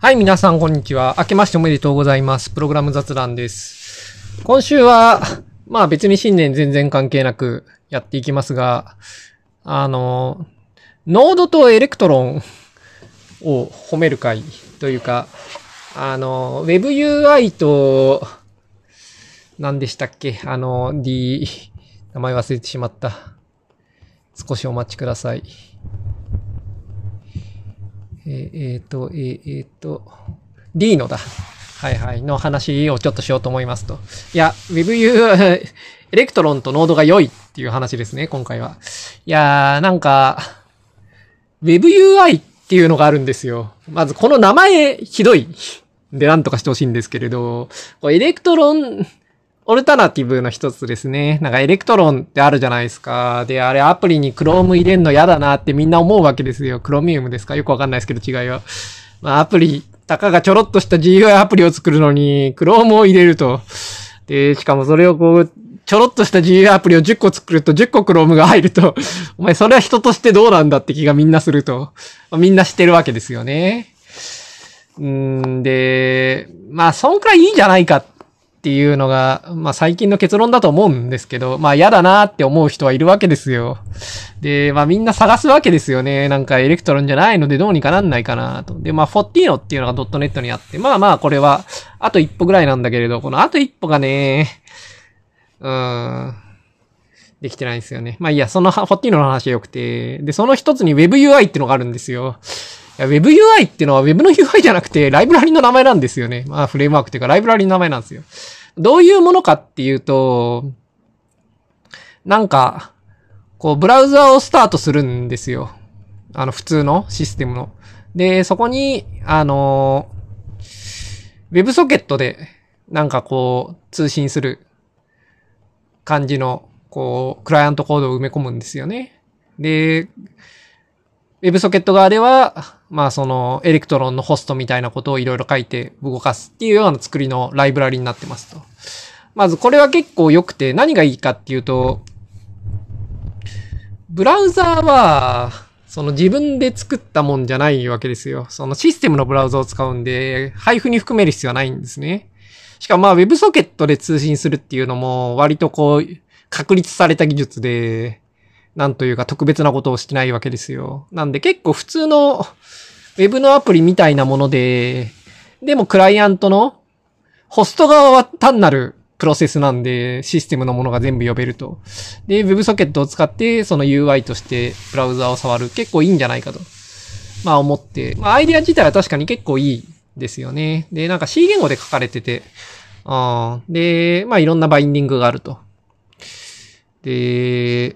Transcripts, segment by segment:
はい、皆さん、こんにちは。明けましておめでとうございます。プログラム雑談です。今週は、別に新年全然関係なくやっていきますが、ノードとエレクトロンを褒める会というか、WebUI と、何でしたっけ名前忘れてしまった。少しお待ちください。ディーノだ。はいはい。の話をちょっとしようと思いますと。いや、WebUI、エレクトロンとノードが良いっていう話ですね、今回は。いやー、なんか、WebUI っていうのがあるんですよ。まずこの名前、ひどい。で、なんとかしてほしいんですけれど、エレクトロン、オルタナティブの一つですね。なんかエレクトロンってあるじゃないですか。で、あれアプリに Chrome 入れんの嫌だなってみんな思うわけですよ。Chromium ですかよくわかんないですけど違いは。アプリ、たかがちょろっとした GUI アプリを作るのに Chrome を入れると。で、しかもそれをちょろっとした GUI アプリを10個作ると10個 Chrome が入ると、お前それは人としてどうなんだって気がみんなすると。みんな知ってるわけですよね。で、そんくらいいいんじゃないかっていうのが、最近の結論だと思うんですけど、嫌だなって思う人はいるわけですよ。で、みんな探すわけですよね。なんかエレクトロンじゃないのでどうにかなんないかなと。で、フォッティーノっていうのが .NET にあって、これは、あと一歩ぐらいなんだけれど、このあと一歩がね、できてないんですよね。いいや、そのフォッティーノの話は良くて、で、その一つに WebUI っていうのがあるんですよ。いや、WebUI っていうのは Web の UI じゃなくて、ライブラリの名前なんですよね。フレームワークっていうか、ライブラリの名前なんですよ。どういうものかっていうと、なんか、ブラウザをスタートするんですよ。普通のシステムの。で、そこに、WebSocket で、通信する感じの、クライアントコードを埋め込むんですよね。で、WebSocket 側では、エレクトロンのホストみたいなことをいろいろ書いて動かすっていうような作りのライブラリになってますと。まずこれは結構良くて、何がいいかっていうと、ブラウザーは、自分で作ったもんじゃないわけですよ。システムのブラウザを使うんで、配布に含める必要はないんですね。しかもWebSocket で通信するっていうのも、割と確立された技術で、なんというか特別なことをしてないわけですよ。なんで結構普通のウェブのアプリみたいなもので、でもクライアントのホスト側は単なるプロセスなんで、システムのものが全部呼べると。で、WebSocket を使ってその UI としてブラウザを触る。結構いいんじゃないかと。思って。アイデア自体は確かに結構いいですよね。で、なんか C 言語で書かれてて、で、いろんなバインディングがあると。で、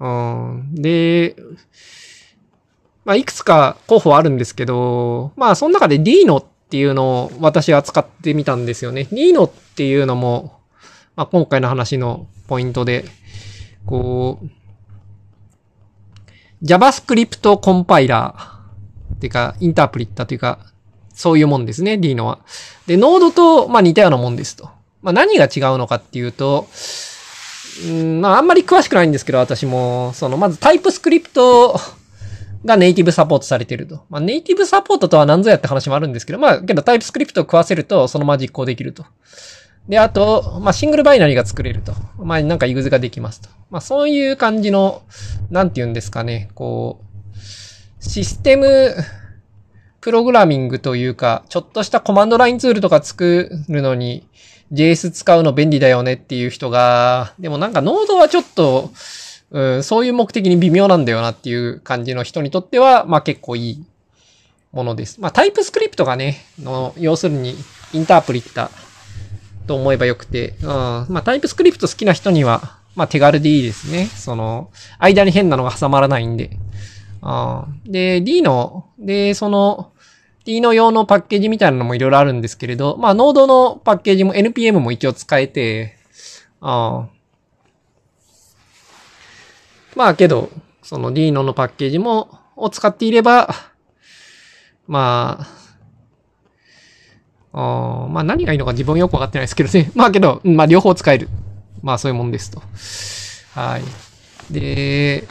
いくつか候補あるんですけど、その中で Dino っていうのを私は使ってみたんですよね。Dino っていうのも、今回の話のポイントで、JavaScript コンパイラーっていうか、インタープリッターというか、そういうもんですね、Dino は。で、Node と、似たようなもんですと。何が違うのかっていうと、あんまり詳しくないんですけど、私も、まずタイプスクリプトがネイティブサポートされていると。ネイティブサポートとは何ぞやって話もあるんですけど、けどタイプスクリプトを食わせると、そのまま実行できると。で、あと、シングルバイナリーが作れると。なんかイグズができますと。そういう感じの、なんて言うんですかね、システム、プログラミングというか、ちょっとしたコマンドラインツールとか作るのに、JS 使うの便利だよねっていう人が、でもなんかノードはちょっと、そういう目的に微妙なんだよなっていう感じの人にとっては、結構いいものです。タイプスクリプトがね、要するにインタープリッターと思えばよくて、タイプスクリプト好きな人には、手軽でいいですね。間に変なのが挟まらないんで。で、Dino 用のパッケージみたいなのもいろいろあるんですけれど、ノードのパッケージも NPM も一応使えて、けど、Dino のパッケージを使っていれば、何がいいのか自分はよくわかってないですけどね。けど、両方使える。そういうもんですと。はい。で、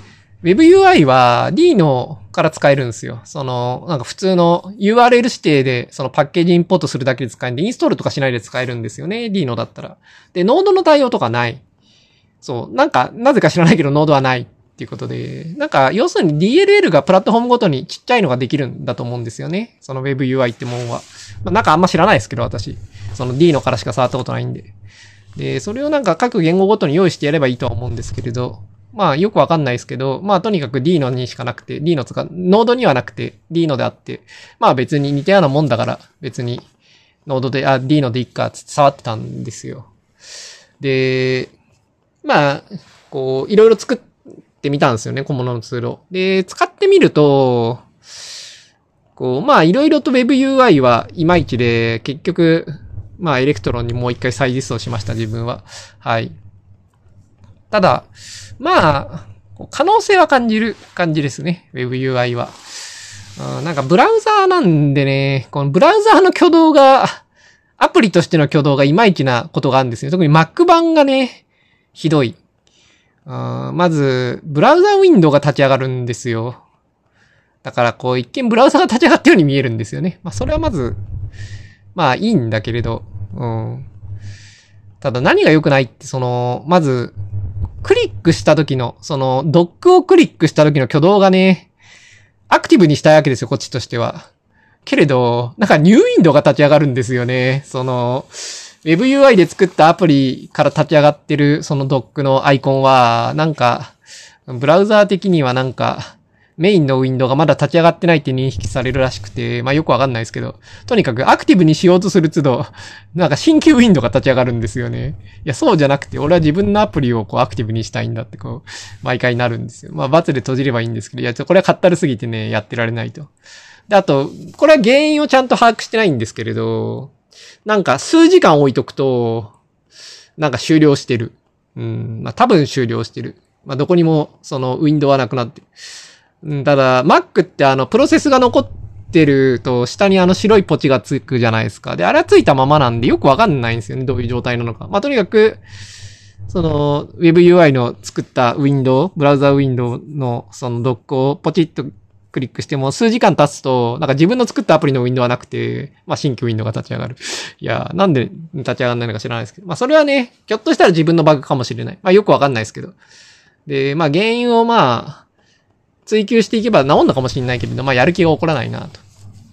WebUI は Dino から使えるんですよ。なんか普通の URL 指定でそのパッケージインポートするだけで使えるんで、インストールとかしないで使えるんですよね。Dino だったら。で、ノードの対応とかない。そう。なんか、なぜか知らないけどノードはないっていうことで、なんか、要するに DLL がプラットフォームごとにちっちゃいのができるんだと思うんですよね。その WebUI ってもんは。まあ、なんかあんま知らないですけど、私。その Dino からしか触ったことないんで。で、それをなんか各言語ごとに用意してやればいいとは思うんですけれど、まあよくわかんないですけど、まあとにかく Dino にしかなくて、Dino つか、ノードにはなくて Dino であって、まあ別に似たようなもんだから別にノードで、Dino でいっかって触ってたんですよ。で、まあ、こう、いろいろ作ってみたんですよね、小物のツールを。で、使ってみると、こう、まあいろいろと WebUI はいまいちで、結局、まあエレクトロンにもう一回再実装しました、自分は。はい。ただ、まあ、可能性は感じる感じですね。WebUI は。なんかブラウザーなんでね、このブラウザーの挙動が、アプリとしての挙動がいまいちなことがあるんですよ。特に Mac 版がね、ひどい。まず、ブラウザーウィンドウが立ち上がるんですよ。だからこう一見ブラウザーが立ち上がったように見えるんですよね。まあそれはまず、まあいいんだけれど、ただ何が良くないって、まず、クリックした時の、ドックをクリックした時の挙動がね、アクティブにしたいわけですよ、こっちとしては。けれど、なんかニューウィンドウが立ち上がるんですよね。WebUI で作ったアプリから立ち上がってる、そのドックのアイコンは、なんか、ブラウザー的にはなんか、メインのウィンドウがまだ立ち上がってないって認識されるらしくて、まあよくわかんないですけど、とにかくアクティブにしようとする都度、なんか新旧ウィンドウが立ち上がるんですよね。いや、そうじゃなくて、俺は自分のアプリをこうアクティブにしたいんだってこう、毎回なるんですよ。まあバツで閉じればいいんですけど、いや、これはかったるすぎてね、やってられないと。で、あと、これは原因をちゃんと把握してないんですけれど、なんか数時間置いとくと、なんか終了してる。まあ多分終了してる。まあどこにもそのウィンドウはなくなってる。ただ、Mac ってプロセスが残ってると、下に白いポチがつくじゃないですか。で、あれはついたままなんで、よくわかんないんですよね。どういう状態なのか。まあ、とにかく、WebUI の作ったウィンドウ、ブラウザウィンドウのドックをポチッとクリックしても、数時間経つと、なんか自分の作ったアプリのウィンドウはなくて、まあ、新規ウィンドウが立ち上がる。いや、なんで立ち上がらないのか知らないですけど。まあ、それはね、ひょっとしたら自分のバグかもしれない。まあ、よくわかんないですけど。で、まあ、原因をまあ、追求していけば治んのかもしれないけれど、まあやる気が起こらないなと。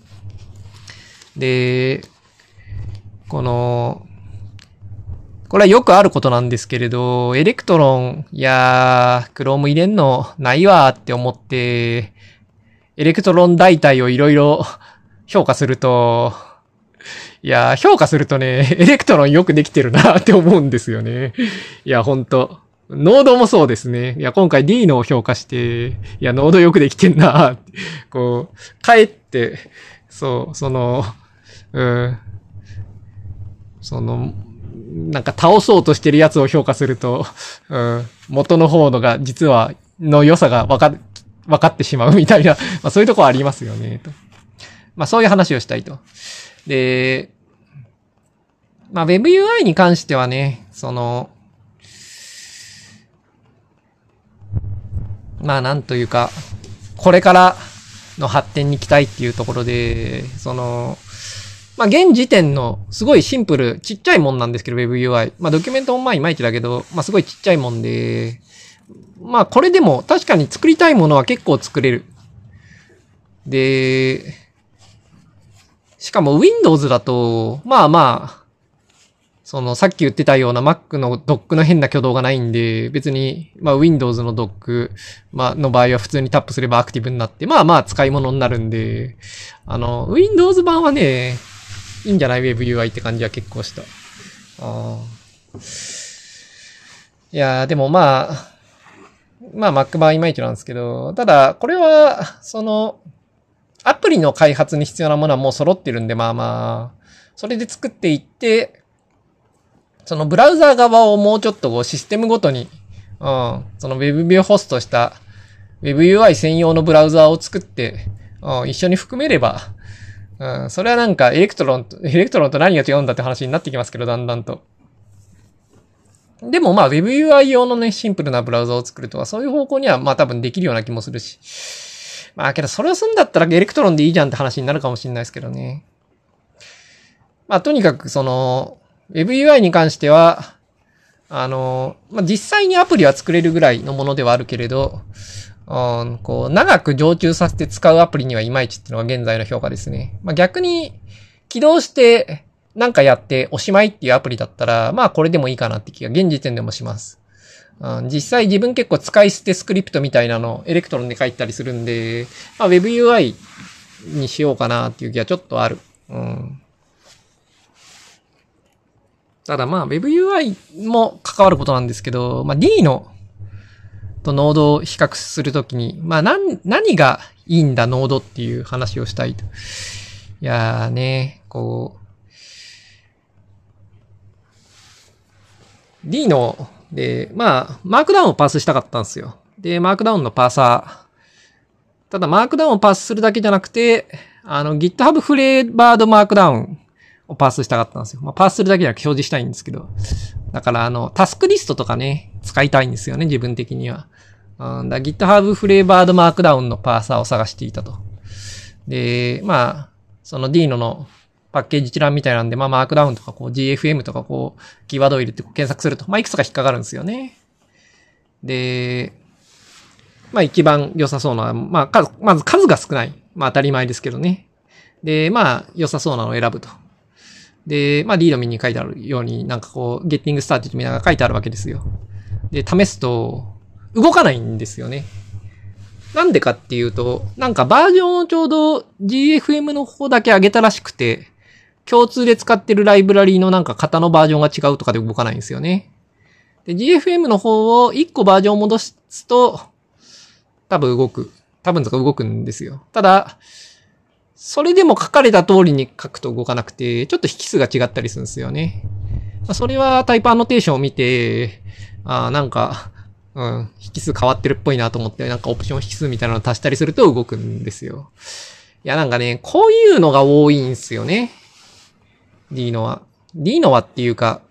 で、これはよくあることなんですけれど、エレクトロンやクローム入れんのないわって思って、エレクトロン代替をいろいろ評価すると、いや、評価するとね、エレクトロンよくできてるなって思うんですよね。いや、ほんと。ノードもそうですね。いや、今回 D のを評価して、いや、ノードよくできてんなって、こう、帰って、そう、なんか倒そうとしてるやつを評価すると、元の方のが実は、の良さが分かってしまうみたいな、まあそういうとこありますよね、と。まあそういう話をしたいと。で、まあ WebUI に関してはね、まあなんというか、これからの発展に期待っていうところで、まあ現時点のすごいシンプル、ちっちゃいもんなんですけど、WebUI。まあドキュメントもまあいまいちだけど、まあすごいちっちゃいもんで、まあこれでも確かに作りたいものは結構作れる。で、しかも Windows だと、まあまあ、さっき言ってたような Mac のドックの変な挙動がないんで、別に、まあ Windows のドック、まあの場合は普通にタップすればアクティブになって、まあまあ使い物になるんで、Windows 版はね、いいんじゃない WebUI って感じは結構した。いやー、でもまあ Mac 版いまいちなんですけど、ただ、これは、アプリの開発に必要なものはもう揃ってるんで、まあまあ、それで作っていって、ブラウザー側をもうちょっとシステムごとに、WebView ホストした WebUI 専用のブラウザーを作って、一緒に含めれば、それはなんかエレクトロンと何が違うんだって話になってきますけど、だんだんと。 でもまあ WebUI 用のね、シンプルなブラウザを作るとか、そういう方向にはまあ多分できるような気もするし。まあけどそれをするんだったらエレクトロンでいいじゃんって話になるかもしれないですけどね。まあとにかくその、WebUI に関しては、まあ実際にアプリは作れるぐらいのものではあるけれど、こう、長く常駐させて使うアプリにはいまいちっていうのが現在の評価ですね。まあ逆に、起動して、なんかやっておしまいっていうアプリだったら、まあこれでもいいかなって気が現時点でもします。実際自分結構使い捨てスクリプトみたいなのエレクトロンで書いたりするんで、まあ WebUI にしようかなっていう気はちょっとある。ただまあ WebUI も関わることなんですけど、まあ D のとノードを比較するときに、まあ何がいいんだノードっていう話をしたいと。いやーね、こう、D ので、まあ、マークダウンをパースしたかったんですよ。で、マークダウンのパーサー。ただ、マークダウンをパースするだけじゃなくて、GitHub フレーバードマークダウンをパースしたかったんですよ。まあ、パースするだけじゃなくて表示したいんですけど。だから、タスクリストとかね、使いたいんですよね、自分的には。GitHub フレーバードマークダウンのパーサーを探していたと。で、まあ、その Dino のパッケージ一覧みたいなんで、まあ、マークダウンとか、こう、GFM とか、こう、キーワードを入れて検索すると、まあ、いくつか引っかかるんですよね。で、まあ、一番良さそうな、まあ、まず数が少ない。まあ、当たり前ですけどね。で、まあ、良さそうなのを選ぶと。で、まあ、リードミに書いてあるように、なんかこう、Getting Started みたいなのが書いてあるわけですよ。で、試すと、動かないんですよね。なんでかっていうと、なんかバージョンをちょうど GFM の方だけ上げたらしくて、共通で使ってるライブラリーのなんか型のバージョンが違うとかで動かないんですよね。で、GFM の方を1個バージョンを戻すと、多分動くんですよ。ただ、それでも書かれた通りに書くと動かなくて、ちょっと引数が違ったりするんですよね。それはタイプアノテーションを見て、なんか、引数変わってるっぽいなと思って、なんかオプション引数みたいなのを足したりすると動くんですよ。いや、なんかね、こういうのが多いんですよね。Dino はっていうか、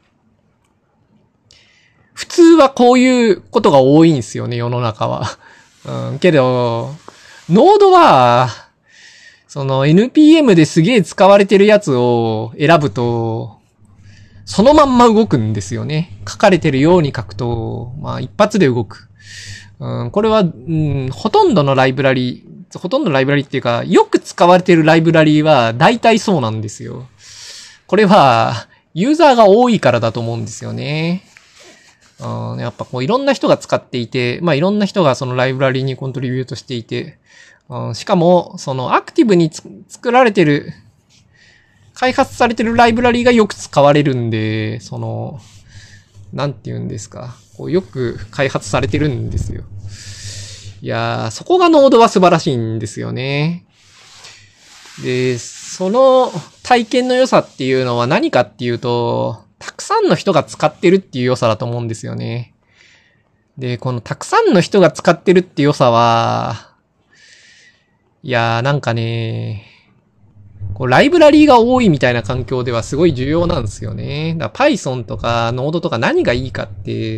普通はこういうことが多いんですよね、世の中は。けど、ノードは、その NPM ですげえ使われてるやつを選ぶと、そのまんま動くんですよね。書かれてるように書くと、まあ一発で動く。これは、ほとんどのライブラリっていうか、よく使われてるライブラリは大体そうなんですよ。これは、ユーザーが多いからだと思うんですよね。やっぱこういろんな人が使っていて、まあいろんな人がそのライブラリにコントリビュートしていて、しかも、そのアクティブに作られてる、開発されてるライブラリがよく使われるんで、その、なんて言うんですか。こうよく開発されてるんですよ。いやー、そこがノードは素晴らしいんですよね。で、その体験の良さっていうのは何かっていうと、たくさんの人が使ってるっていう良さだと思うんですよね。で、このたくさんの人が使ってるって良さは、いやーなんかね、こうライブラリーが多いみたいな環境ではすごい重要なんですよね。だから Python とか Node とか何がいいかって、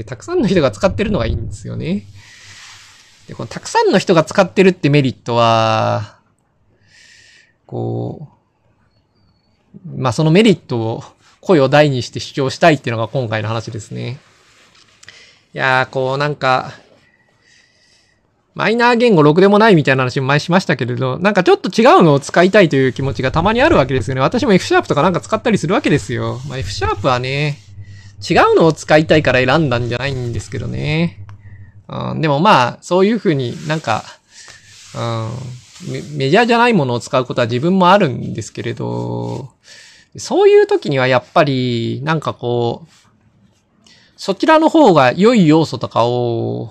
たくさんの人が使ってるのがいいんですよね。で、このたくさんの人が使ってるってメリットは、こう、まあ、そのメリットを声を大にして主張したいっていうのが今回の話ですね。いやー、こうなんか、マイナー言語ろくでもないみたいな話も前しましたけれど、なんかちょっと違うのを使いたいという気持ちがたまにあるわけですよね。私も F シャープとかなんか使ったりするわけですよ。まあ、F シャープはね、違うのを使いたいから選んだんじゃないんですけどね。でもまあ、そういう風になんか、メジャーじゃないものを使うことは自分もあるんですけれど、そういう時にはやっぱり、なんかこう、そちらの方が良い要素とかを、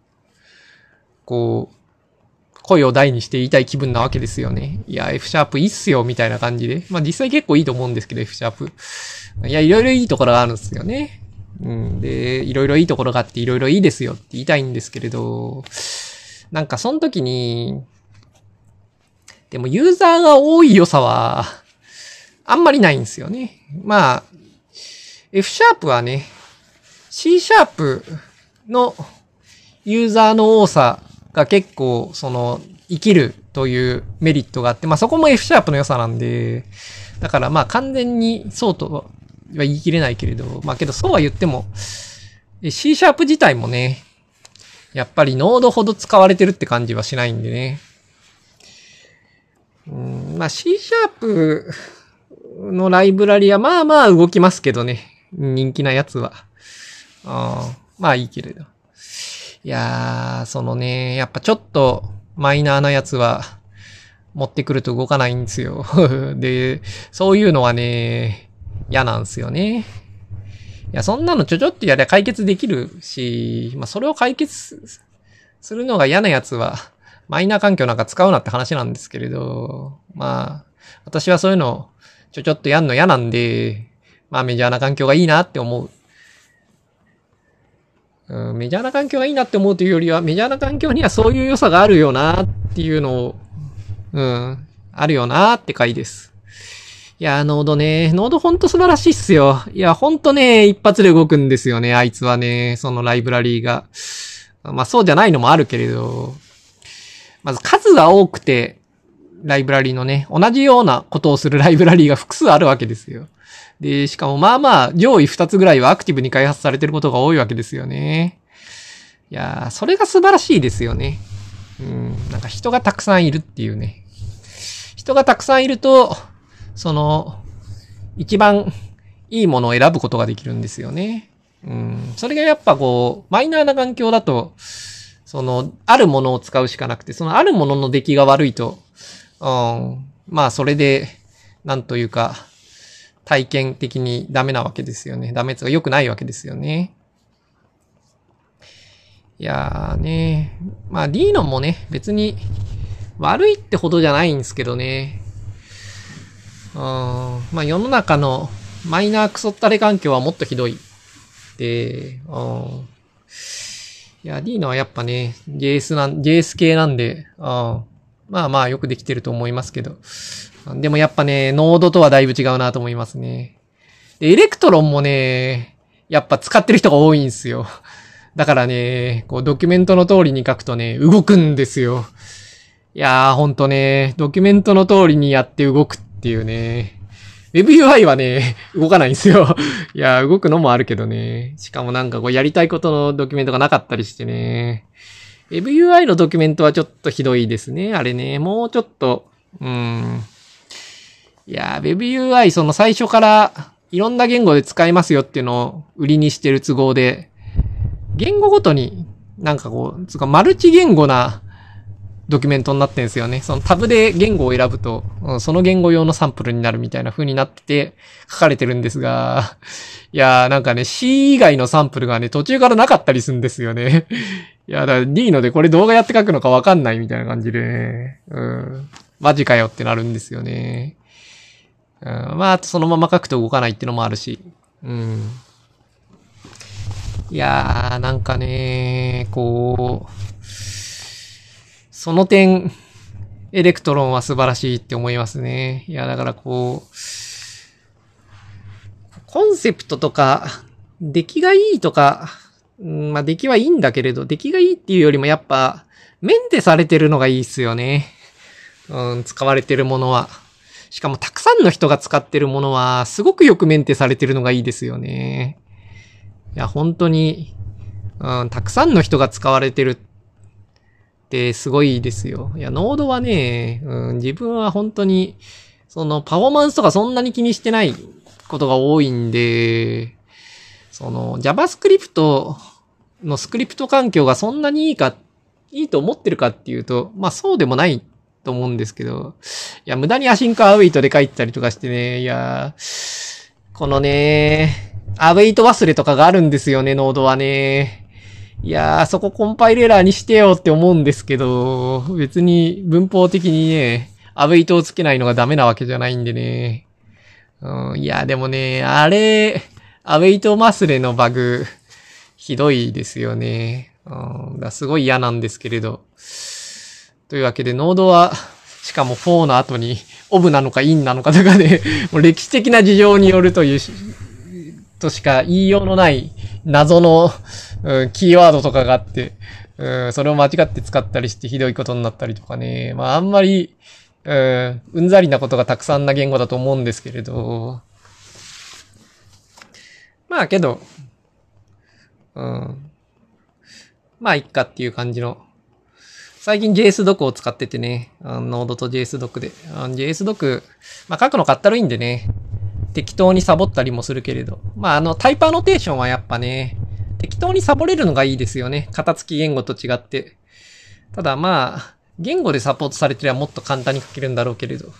こう、声を大にして言いたい気分なわけですよね。いや、F シャープいいっすよ、みたいな感じで。まあ実際結構いいと思うんですけど、F シャープ。いや、いろいろいいところがあるんですよね。で、いろいろいいところがあって、いろいろいいですよって言いたいんですけれど、なんかその時に、でもユーザーが多い良さは、あんまりないんですよね。まあ、F シャープはね、 C シャープのユーザーの多さが結構、生きるというメリットがあって、まあそこも F シャープの良さなんで、だからまあ完全にそうとは言い切れないけれど、まあけどそうは言っても、C シャープ自体もね、やっぱりノードほど使われてるって感じはしないんでね。まあ C シャープのライブラリはまあまあ動きますけどね。人気なやつは。まあいいけれど。いやー、やっぱちょっとマイナーなやつは持ってくると動かないんですよ。で、そういうのはね、嫌なんですよね。いや、そんなのちょっとやりゃ解決できるし、まあそれを解決するのが嫌なやつは、マイナー環境なんか使うなって話なんですけれど、まあ、私はそういうのちょっとやんの嫌なんで、まあメジャーな環境がいいなって思う。メジャーな環境がいいなって思うというよりは、メジャーな環境にはそういう良さがあるよなっていうのを、あるよなって回です。いや、ノードほんと素晴らしいっすよ。いや、ほんとね、一発で動くんですよね、あいつはね、そのライブラリーが。まあそうじゃないのもあるけれど、まず数が多くて、ライブラリーのね、同じようなことをするライブラリーが複数あるわけですよ。で、しかもまあまあ、上位2つぐらいはアクティブに開発されてることが多いわけですよね。いやー、それが素晴らしいですよね。なんか人がたくさんいるっていうね。人がたくさんいると、一番いいものを選ぶことができるんですよね。それがやっぱこう、マイナーな環境だと、あるものを使うしかなくて、そのあるものの出来が悪いと、まあそれで、なんというか、体験的にダメなわけですよね。ダメっていうか良くないわけですよね。いやーね。まあ D のもね、別に悪いってほどじゃないんですけどね。まあ世の中のマイナークソったれ環境はもっとひどい。で、いや D のはやっぱね、JS 系なんで、まあまあよくできてると思いますけど。でもやっぱね、ノードとはだいぶ違うなと思いますね。で、エレクトロンもね、やっぱ使ってる人が多いんですよ。だからね、こうドキュメントの通りに書くとね、動くんですよ。いやーほんとね、ドキュメントの通りにやって動くっていうね。WebUI はね、動かないんですよ。いやー動くのもあるけどね。しかもなんかこうやりたいことのドキュメントがなかったりしてね。WebUI のドキュメントはちょっとひどいですね。あれね、もうちょっと、いやー、WebUI 最初からいろんな言語で使えますよっていうのを売りにしてる都合で、言語ごとになんかこう、マルチ言語なドキュメントになってんですよね。そのタブで言語を選ぶと、その言語用のサンプルになるみたいな風になってて書かれてるんですが、いやーなんかね、C 以外のサンプルがね、途中からなかったりするんですよね。いや、だから D のでこれ動画やって書くのかわかんないみたいな感じでね、マジかよってなるんですよね。まあ、あとそのまま書くと動かないっていうのもあるし。いやー、なんかね、こう、その点、エレクトロンは素晴らしいって思いますね。いや、だからこう、コンセプトとか、出来がいいとか、まあ出来はいいんだけれど、出来がいいっていうよりもやっぱ、メンテされてるのがいいっすよね。使われてるものは。しかもたくさんの人が使ってるものは、すごくよくメンテされてるのがいいですよね。いや、本当に、たくさんの人が使われてるってすごいですよ。いや、ノードはね、自分は本当に、パフォーマンスとかそんなに気にしてないことが多いんで、JavaScript のスクリプト環境がそんなにいいと思ってるかっていうと、まあそうでもないと思うんですけど、いや、無駄にアシンクアウェイトで書いてたりとかしてね、いや、このね、アウェイト忘れとかがあるんですよね、ノードはね。いやー、そこコンパイルエラーにしてよって思うんですけど、別に文法的にね、アウェイトをつけないのがダメなわけじゃないんでね。いや、でもね、アウェイト忘れのバグ、ひどいですよね。すごい嫌なんですけれど。というわけで、ノードは、しかも4の後に、オブなのかインなのかとかで、もう歴史的な事情によるというとしか言いようのない謎の、キーワードとかがあって、それを間違って使ったりしてひどいことになったりとかね。まああんまり、うんざりなことがたくさんな言語だと思うんですけれど。まあけど、まあいっかっていう感じの。最近 JS ドクを使っててね、ノードと JS ドクで。JS ドク、まあ書くのかったるいんでね、適当にサボったりもするけれど。まあタイプアノテーションはやっぱね、適当にサボれるのがいいですよね。型付き言語と違って。ただまあ、言語でサポートされてればもっと簡単に書けるんだろうけれど。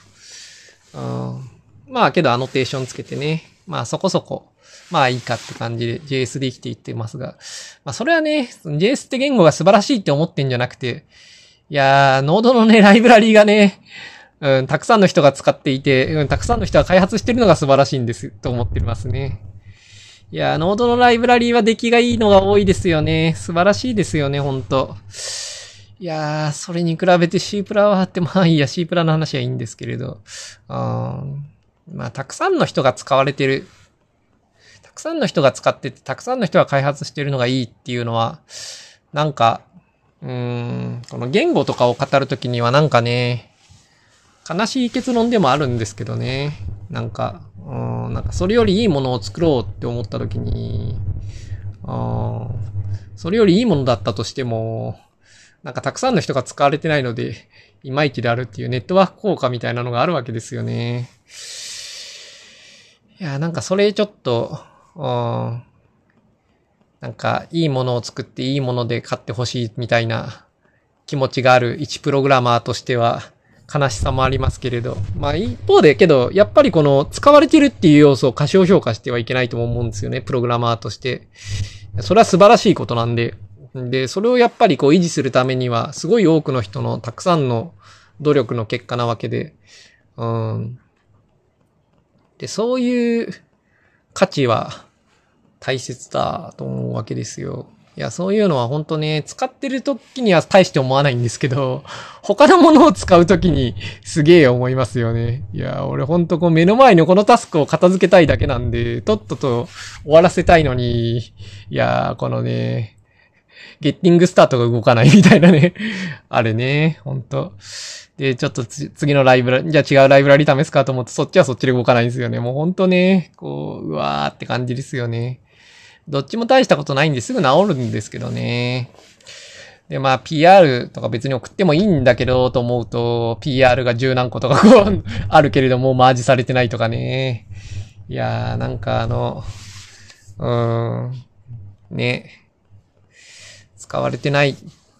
まあけどアノテーションつけてね。まあそこそこ、まあいいかって感じで JS で生きていってますが。まあそれはね、JS って言語が素晴らしいって思ってんじゃなくて、いやー、ノードのね、ライブラリーがね、たくさんの人が使っていて、たくさんの人が開発してるのが素晴らしいんです、と思ってますね。いやー、ノードのライブラリーは出来がいいのが多いですよね。素晴らしいですよね、ほんと。いやー、それに比べて C プラはあってまあいいや、C プラの話はいいんですけれど。まあ、たくさんの人が使われてる。たくさんの人が使ってて、たくさんの人が開発してるのがいいっていうのは、なんか、この言語とかを語るときにはなんかね、悲しい結論でもあるんですけどね。なんかそれよりいいものを作ろうって思ったときに、それよりいいものだったとしても、なんかたくさんの人が使われてないので、いまいちであるっていうネットワーク効果みたいなのがあるわけですよね。いや、なんかそれちょっと、なんかいいものを作っていいもので買ってほしいみたいな気持ちがある一プログラマーとしては悲しさもありますけれど。まあ一方でけど、やっぱりこの使われてるっていう要素を過小評価してはいけないとも思うんですよね、プログラマーとして。それは素晴らしいことなんで。で、それをやっぱりこう維持するためには、すごい多くの人のたくさんの努力の結果なわけで。で、そういう価値は大切だと思うわけですよ。いや、そういうのは本当ね、使ってる時には大して思わないんですけど、他のものを使う時にすげえ思いますよね。いや、俺本当こう目の前にこのタスクを片付けたいだけなんで、とっとと終わらせたいのに、いや、このね、ゲッティングスタートが動かないみたいなね。あれね、本当で、ちょっと次のライブラリ、じゃあ違うライブラリ試すかと思って、そっちはそっちで動かないんですよね。もう本当ね、こう、うわーって感じですよね。どっちも大したことないんですぐ治るんですけどね。で、まあ PR とか別に送ってもいいんだけどと思うと PR が10何個とかこうあるけれどもマージされてないとかね。いやーなんかね。使われてない。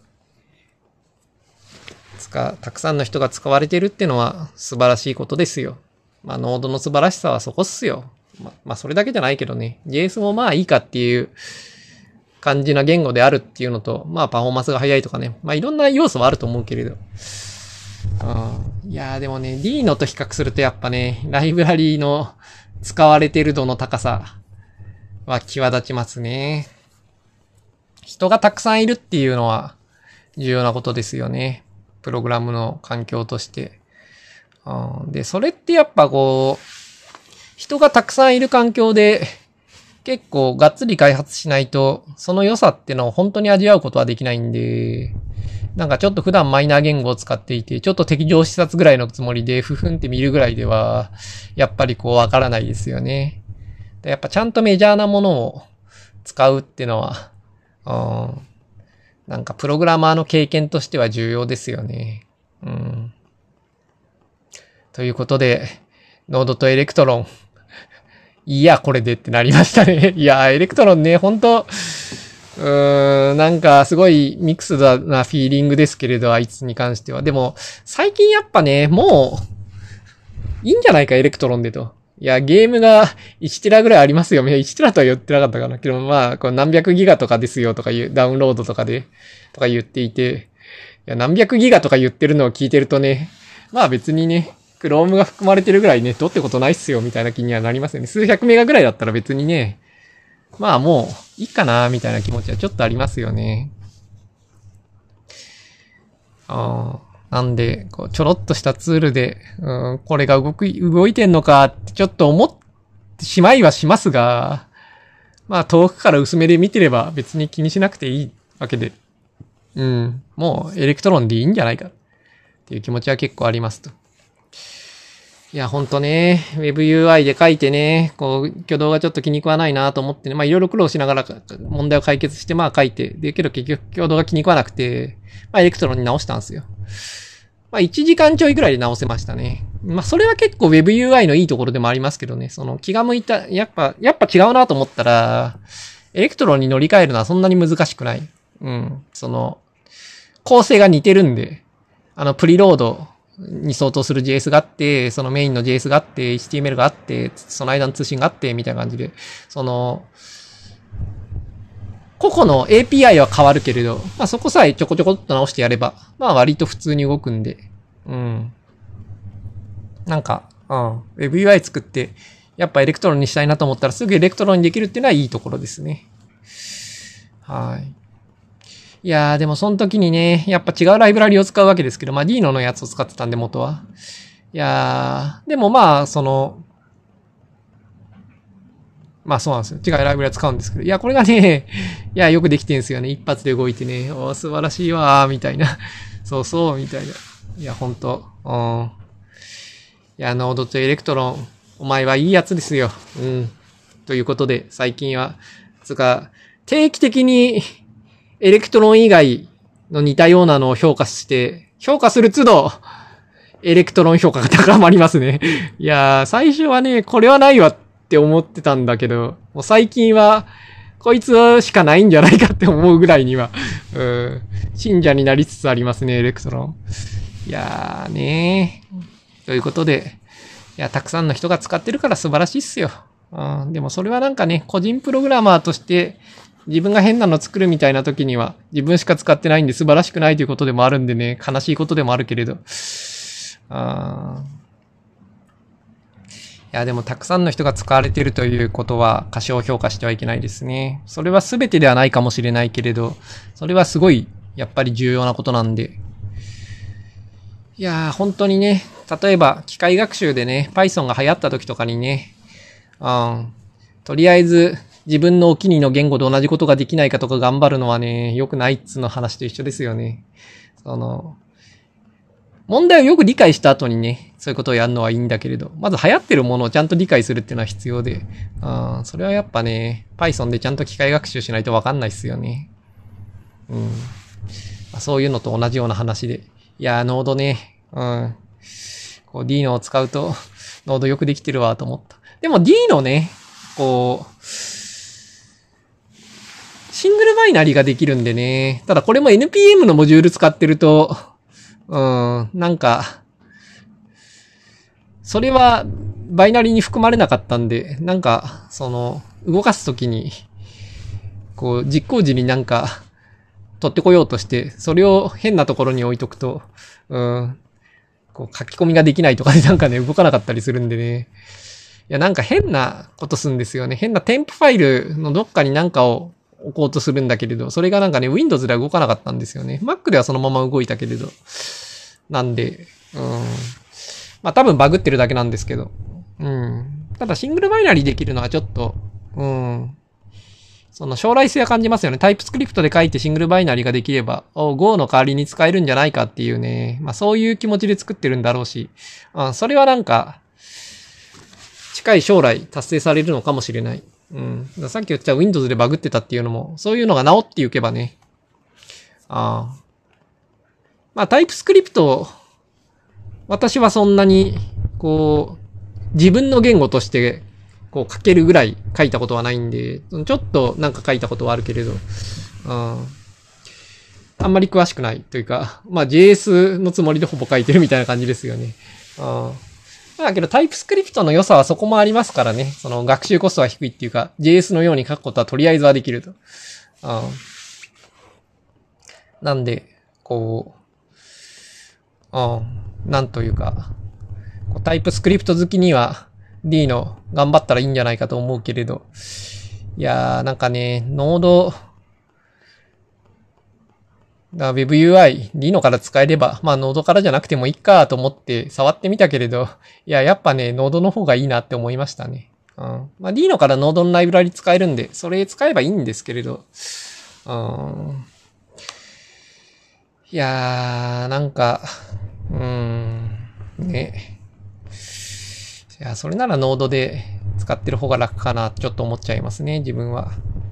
たくさんの人が使われてるってのは素晴らしいことですよ。まあノードの素晴らしさはそこっすよ。まあそれだけじゃないけどね。JS もまあいいかっていう感じな言語であるっていうのと、まあパフォーマンスが速いとかね。まあいろんな要素はあると思うけれど。いやーでもね、Dino と比較するとやっぱね、ライブラリーの使われてる度の高さは際立ちますね。人がたくさんいるっていうのは重要なことですよね。プログラムの環境として。で、それってやっぱこう、人がたくさんいる環境で結構がっつり開発しないと、その良さってのを本当に味わうことはできないんで、なんかちょっと普段マイナー言語を使っていて、ちょっと適乗視察ぐらいのつもりで、ふふんって見るぐらいでは、やっぱりこうわからないですよね。でやっぱちゃんとメジャーなものを使うってのは、なんかプログラマーの経験としては重要ですよね。ということで、ノードとエレクトロン。いや、これでってなりましたね。いや、エレクトロンね、本当なんかすごいミックスなフィーリングですけれど、あいつに関しては。でも、最近やっぱね、もう、いいんじゃないか、エレクトロンでと。いや、ゲームが1テラぐらいありますよ。1テラとは言ってなかったかな。けど、まあ、これ何百ギガとかですよとかダウンロードとかで、とか言っていて、いや、何百ギガとか言ってるのを聞いてるとね、まあ別にね、Chrome が含まれてるぐらいね、どうってことないっすよ、みたいな気にはなりますよね。数百メガぐらいだったら別にね、まあもう、いいかな、みたいな気持ちはちょっとありますよね。なんで、こうちょろっとしたツールで、これが動いてんのかってちょっと思ってしまいはしますが、 まあ遠くから薄めで見てれば別に気にしなくていいわけで。もうエレクトロンでいいんじゃないかっていう気持ちは結構ありますと。いや、ほんとね、WebUI で書いてね、挙動がちょっと気に食わないなと思ってね、まあいろいろ苦労しながら問題を解決してまあ書いて、で、けど結局挙動が気に食わなくて、まあエレクトロンに直したんですよ。まあ1時間ちょいぐらいで直せましたね。まあそれは結構 WebUI のいいところでもありますけどね、気が向いた、やっぱ違うなと思ったら、エレクトロンに乗り換えるのはそんなに難しくない。構成が似てるんで、プリロードに相当する JS があって、そのメインの JS があって、HTML があって、その間の通信があって、みたいな感じで、個々の API は変わるけれど、まあそこさえちょこちょこっと直してやれば、まあ割と普通に動くんで、WebUI 作って、やっぱエレクトロンにしたいなと思ったらすぐエレクトロンにできるっていうのはいいところですね。はい。いやー、でもその時にね、やっぱ違うライブラリを使うわけですけど、まあ Dino のやつを使ってたんで元は。いやー、でもまあ、まあそうなんですよ。違うライブラリ使うんですけど、いや、これがね、いや、よくできてんすよね。一発で動いてね、素晴らしいわー、みたいな。そうそう、みたいな。いや、ほんと。いや、ノードとエレクトロン、お前はいいやつですよ。ということで、最近は、定期的に、エレクトロン以外の似たようなのを評価する都度、エレクトロン評価が高まりますね。いやー、最初はね、これはないわって思ってたんだけど、もう最近は、こいつしかないんじゃないかって思うぐらいには、信者になりつつありますね、エレクトロン。いやーねー。ということで、いや、たくさんの人が使ってるから素晴らしいっすよ。でもそれはなんかね、個人プログラマーとして、自分が変なの作るみたいな時には自分しか使ってないんで素晴らしくないということでもあるんでね、悲しいことでもあるけれど。いや、でもたくさんの人が使われているということは過小評価してはいけないですね。それは全てではないかもしれないけれど、それはすごいやっぱり重要なことなんで。いやー、本当にね、例えば機械学習でね、Python が流行った時とかにね、とりあえず、自分のお気に入りの言語で同じことができないかとか頑張るのはね、良くないっつの話と一緒ですよね。問題をよく理解した後にね、そういうことをやるのはいいんだけれど、まず流行ってるものをちゃんと理解するっていうのは必要で、それはやっぱね、Python でちゃんと機械学習しないとわかんないっすよね。そういうのと同じような話で。いやー、ノードね、Dino を使うと、ノードよくできてるわと思った。でも Dino ね、シングルバイナリができるんでね。ただこれも NPM のモジュール使ってると、なんか、それはバイナリに含まれなかったんで、なんか、動かすときに、実行時になんか、取ってこようとして、それを変なところに置いとくと、書き込みができないとかでなんかね、動かなかったりするんでね。いや、なんか変なことするんですよね。変な添付ファイルのどっかになんかを置こうとするんだけれど、それがなんかね、Windows では動かなかったんですよね。Mac ではそのまま動いたけれど。なんで、まあ多分バグってるだけなんですけど。ただシングルバイナリーできるのはちょっと、将来性は感じますよね。タイプスクリプトで書いてシングルバイナリーができれば、Go の代わりに使えるんじゃないかっていうね。まあそういう気持ちで作ってるんだろうし、それはなんか、近い将来達成されるのかもしれない。さっき言った Windows でバグってたっていうのも、そういうのが治っていけばね。まあタイプスクリプト、私はそんなに、自分の言語として、書けるぐらい書いたことはないんで、ちょっとなんか書いたことはあるけれど、あんまり詳しくないというか、まあ JS のつもりでほぼ書いてるみたいな感じですよね。だけどタイプスクリプトの良さはそこもありますからね。学習コストは低いっていうか、JS のように書くことはとりあえずはできると。なんで、なんというか、タイプスクリプト好きには D の頑張ったらいいんじゃないかと思うけれど。いやー、なんかね、ノード、WebUI、Dino から使えれば、まあノードからじゃなくてもいいかと思って触ってみたけれど、いや、やっぱね、ノードの方がいいなって思いましたね。 まあ Dino からノードのライブラリ使えるんで、それ使えばいいんですけれど。いやー、なんか、ね。いや、それならノードで使ってる方が楽かな、ちょっと思っちゃいますね、自分は。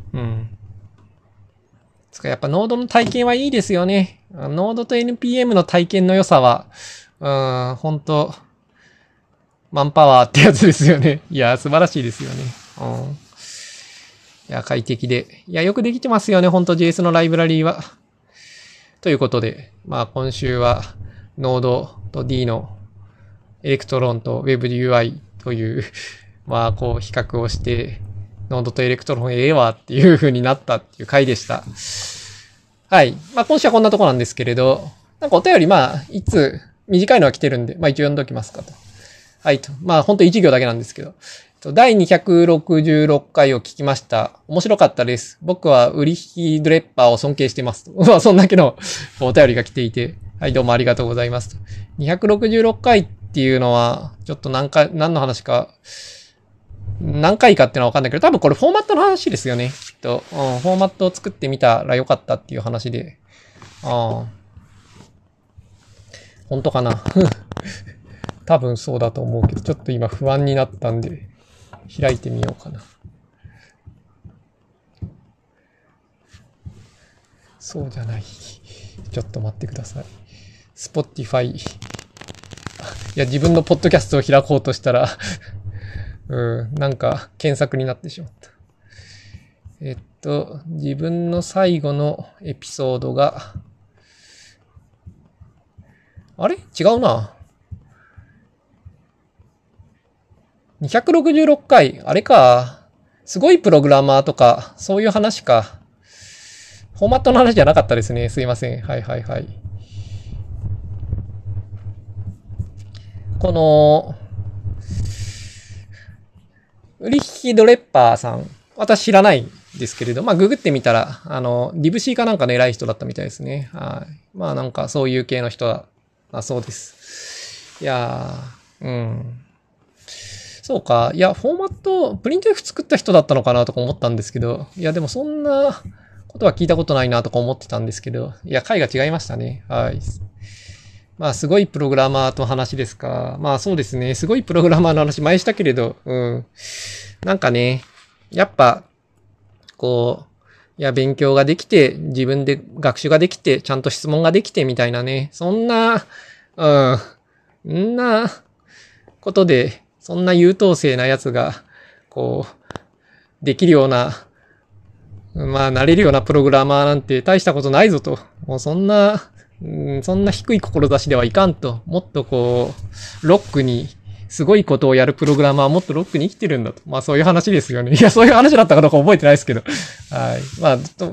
やっぱノードの体験はいいですよね。ノードと NPM の体験の良さは、本当マンパワーってやつですよね。いや、素晴らしいですよね。いや、快適で。いや、よくできてますよね、本当 JS のライブラリーは。ということで、まあ今週は、ノードと D のエレクトロンと WebUI という、まあこう比較をして、ノードとエレクトロンええわっていう風になったっていう回でした。はい。まあ今週はこんなとこなんですけれど、なんかお便りまあ、いつ短いのは来てるんで、まあ一応読んどきますかと。はいと。まあ本当1行だけなんですけど。第266回を聞きました。面白かったです。僕はウリヒドレッパーを尊敬していますと。まあそんだけのお便りが来ていて、はいどうもありがとうございますと。266回っていうのは、ちょっと何の話か、何回かっていうのはわかんないけど、多分これフォーマットの話ですよね。きっと。フォーマットを作ってみたらよかったっていう話で。本当かな多分そうだと思うけど、ちょっと今不安になったんで、開いてみようかな。そうじゃない。ちょっと待ってください。Spotify。いや、自分のポッドキャストを開こうとしたらなんか検索になってしまった。自分の最後のエピソードが、あれ違うな。266回、あれか。すごいプログラマーとか、そういう話か。フォーマットの話じゃなかったですね。すいません。はいはいはい。この、ウリヒドレッパーさん、私知らないんですけれど、まあ、ググってみたら、リブシーかなんかの偉い人だったみたいですね。はい。まあ、なんかそういう系の人だそうです。いやー、そうか。いや、フォーマット、プリント F 作った人だったのかなとか思ったんですけど、いや、でもそんなことは聞いたことないなとか思ってたんですけど、いや、回が違いましたね。はい。まあ、すごいプログラマーと話ですか。まあ、そうですね。すごいプログラマーの話前したけれど、なんかね、やっぱ、こう、いや、勉強ができて、自分で学習ができて、ちゃんと質問ができてみたいなね。そんなことで、そんな優等生なやつが、こう、できるような、まあ、なれるようなプログラマーなんて大したことないぞと。もうそんな低い志ではいかんと。もっとこう、ロックに、すごいことをやるプログラマーはもっとロックに生きてるんだと。まあそういう話ですよね。いや、そういう話だったかどうか覚えてないですけど。はい。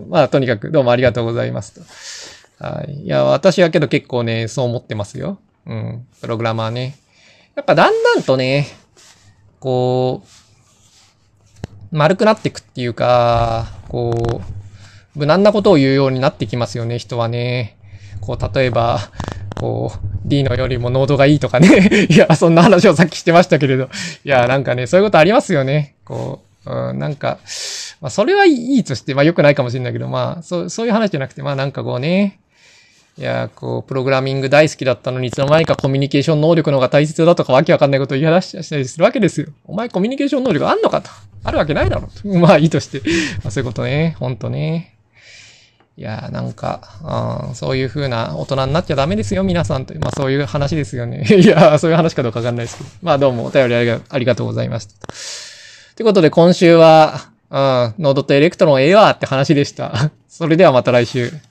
まあ、とにかくどうもありがとうございますと。はい。いや、私はけど結構ね、そう思ってますよ。プログラマーね。やっぱだんだんとね、こう、丸くなっていくっていうか、こう、無難なことを言うようになってきますよね、人はね。こう、例えば、こう、D のよりもノードがいいとかね。いや、そんな話をさっきしてましたけれど。いや、なんかね、そういうことありますよね。こう、なんか、まあ、それはいいとして、まあ、良くないかもしれないけど、まあ、そういう話じゃなくて、まあ、なんかこうね、いや、こう、プログラミング大好きだったのに、いつの間にかコミュニケーション能力の方が大切だとかわけわかんないことを言い出したりするわけですよ。お前コミュニケーション能力あんのかと。あるわけないだろうと。まあいいとして。まあ、そういうことね。ほんとね。いや、なんか、そういう風な大人になっちゃダメですよ、皆さんと。まあそういう話ですよね。いや、そういう話かどうかわかんないですけど。まあどうもお便りありがとうございました。ということで今週は、ノードとエレクトロンええわって話でした。それではまた来週。